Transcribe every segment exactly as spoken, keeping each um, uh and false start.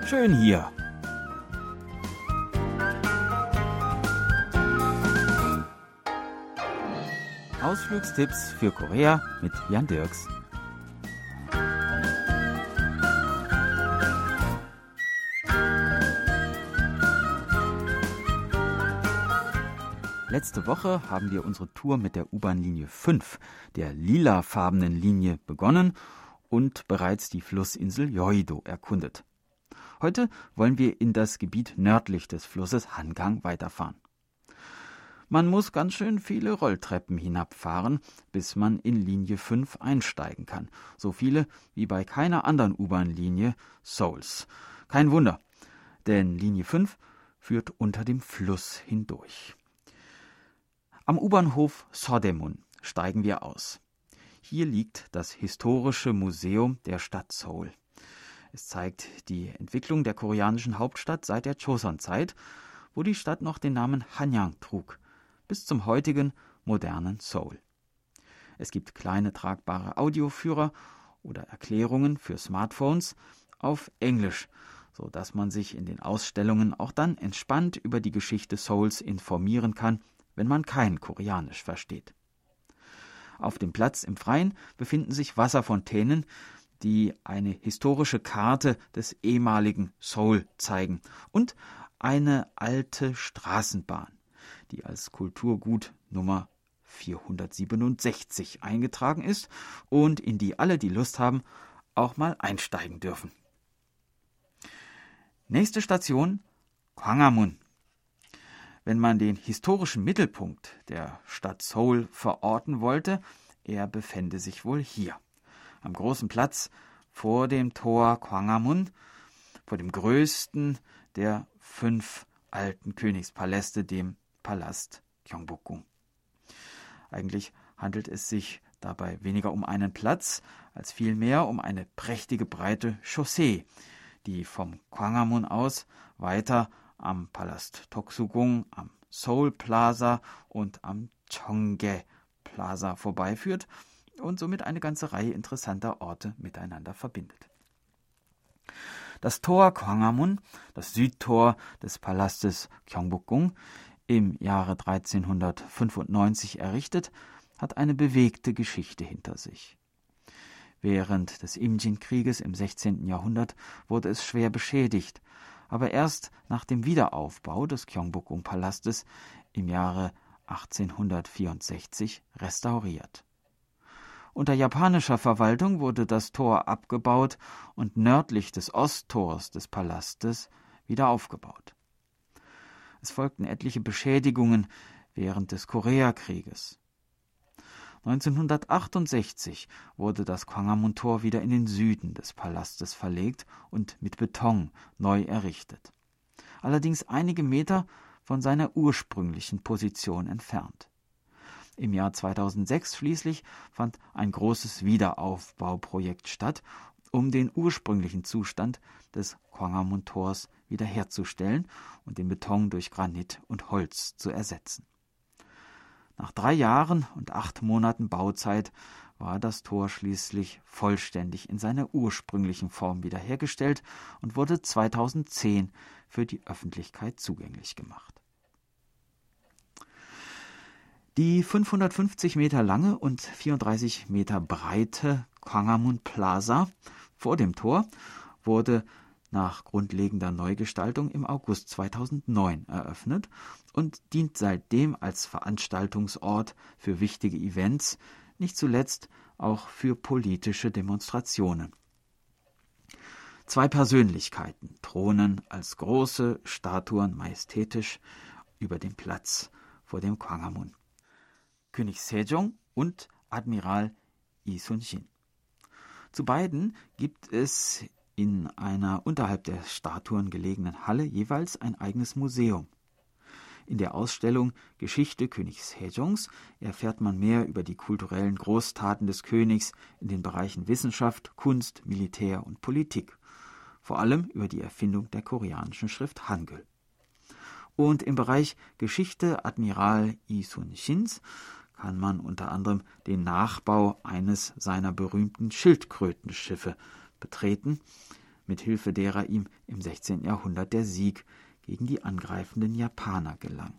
Schön hier. Ausflugstipps für Korea mit Jan Dirks. Letzte Woche haben wir unsere Tour mit der U-Bahn-Linie fünf, der lilafarbenen Linie, begonnen und bereits die Flussinsel Yeouido erkundet. Heute wollen wir in das Gebiet nördlich des Flusses Hangang weiterfahren. Man muss ganz schön viele Rolltreppen hinabfahren, bis man in Linie fünf einsteigen kann. So viele wie bei keiner anderen U-Bahn-Linie Seouls. Kein Wunder, denn Linie fünf führt unter dem Fluss hindurch. Am U-Bahnhof Seodaemun steigen wir aus. Hier liegt das historische Museum der Stadt Seoul. Es zeigt die Entwicklung der koreanischen Hauptstadt seit der Joseon-Zeit, wo die Stadt noch den Namen Hanyang trug, bis zum heutigen modernen Seoul. Es gibt kleine tragbare Audioführer oder Erklärungen für Smartphones auf Englisch, sodass man sich in den Ausstellungen auch dann entspannt über die Geschichte Seouls informieren kann, wenn man kein Koreanisch versteht. Auf dem Platz im Freien befinden sich Wasserfontänen, die eine historische Karte des ehemaligen Seoul zeigen, und eine alte Straßenbahn, die als Kulturgut Nummer vierhundertsiebenundsechzig eingetragen ist und in die alle, die Lust haben, auch mal einsteigen dürfen. Nächste Station, Gwanghwamun. Wenn man den historischen Mittelpunkt der Stadt Seoul verorten wollte, er befände sich wohl hier, am großen Platz vor dem Tor Gwanghwamun, vor dem größten der fünf alten Königspaläste, dem Palast Gyeongbokgung. Eigentlich handelt es sich dabei weniger um einen Platz, als vielmehr um eine prächtige breite Chaussee, die vom Gwanghwamun aus weiter am Palast Toksugung, am Seoul Plaza und am Cheonggae Plaza vorbeiführt und somit eine ganze Reihe interessanter Orte miteinander verbindet. Das Tor Gwanghwamun, das Südtor des Palastes Gyeongbokgung, im Jahre dreizehnhundertfünfundneunzig errichtet, hat eine bewegte Geschichte hinter sich. Während des Imjin-Krieges im sechzehnten Jahrhundert wurde es schwer beschädigt, aber erst nach dem Wiederaufbau des Gyeongbokgung-Palastes im Jahre achtzehnhundertvierundsechzig restauriert. Unter japanischer Verwaltung wurde das Tor abgebaut und nördlich des Osttors des Palastes wieder aufgebaut. Es folgten etliche Beschädigungen während des Koreakrieges. neunzehnhundertachtundsechzig wurde das Gwanghwamun-Tor wieder in den Süden des Palastes verlegt und mit Beton neu errichtet. Allerdings einige Meter von seiner ursprünglichen Position entfernt. Im Jahr zweitausendsechs schließlich fand ein großes Wiederaufbauprojekt statt, um den ursprünglichen Zustand des Gwanghwamun-Tors wiederherzustellen und den Beton durch Granit und Holz zu ersetzen. Nach drei Jahren und acht Monaten Bauzeit war das Tor schließlich vollständig in seiner ursprünglichen Form wiederhergestellt und wurde zweitausendzehn für die Öffentlichkeit zugänglich gemacht. Die fünfhundertfünfzig Meter lange und vierunddreißig Meter breite Gwanghwamun Plaza vor dem Tor wurde nach grundlegender Neugestaltung im August zweitausendneun eröffnet und dient seitdem als Veranstaltungsort für wichtige Events, nicht zuletzt auch für politische Demonstrationen. Zwei Persönlichkeiten thronen als große Statuen majestätisch über dem Platz vor dem Gwanghwamun: König Sejong und Admiral Lee Sun-shin. Zu beiden gibt es in einer unterhalb der Statuen gelegenen Halle jeweils ein eigenes Museum. In der Ausstellung Geschichte König Sejongs erfährt man mehr über die kulturellen Großtaten des Königs in den Bereichen Wissenschaft, Kunst, Militär und Politik, vor allem über die Erfindung der koreanischen Schrift Hangul. Und im Bereich Geschichte Admiral Lee Sun-shins kann man unter anderem den Nachbau eines seiner berühmten Schildkrötenschiffe betreten, mit Hilfe derer ihm im sechzehnten Jahrhundert der Sieg gegen die angreifenden Japaner gelang.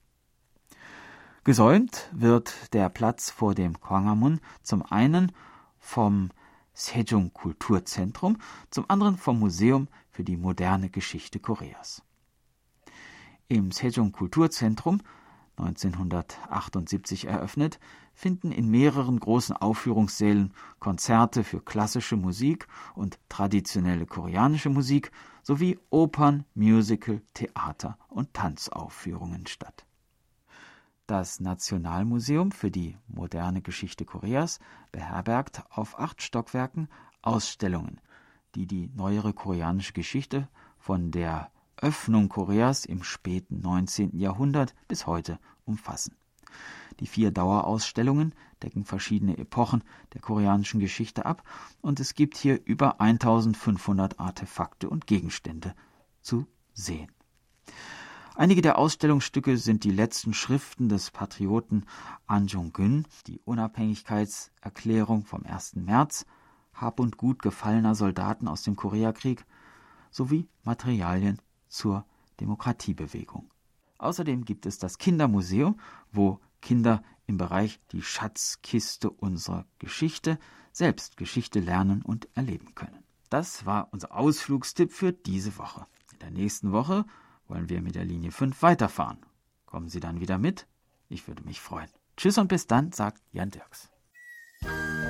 Gesäumt wird der Platz vor dem Gwanghwamun zum einen vom Sejong Kulturzentrum, zum anderen vom Museum für die moderne Geschichte Koreas. Im Sejong Kulturzentrum, neunzehnhundertachtundsiebzig eröffnet, finden in mehreren großen Aufführungssälen Konzerte für klassische Musik und traditionelle koreanische Musik sowie Opern, Musical, Theater und Tanzaufführungen statt. Das Nationalmuseum für die moderne Geschichte Koreas beherbergt auf acht Stockwerken Ausstellungen, die die neuere koreanische Geschichte von der Öffnung Koreas im späten neunzehnten Jahrhundert bis heute umfassen. Die vier Dauerausstellungen decken verschiedene Epochen der koreanischen Geschichte ab und es gibt hier über eintausendfünfhundert Artefakte und Gegenstände zu sehen. Einige der Ausstellungsstücke sind die letzten Schriften des Patrioten An Jong-geun, die Unabhängigkeitserklärung vom ersten März, Hab und Gut gefallener Soldaten aus dem Koreakrieg sowie Materialien zur Demokratiebewegung. Außerdem gibt es das Kindermuseum, wo Kinder im Bereich die Schatzkiste unserer Geschichte selbst Geschichte lernen und erleben können. Das war unser Ausflugstipp für diese Woche. In der nächsten Woche wollen wir mit der Linie fünf weiterfahren. Kommen Sie dann wieder mit? Ich würde mich freuen. Tschüss und bis dann, sagt Jan Dirks.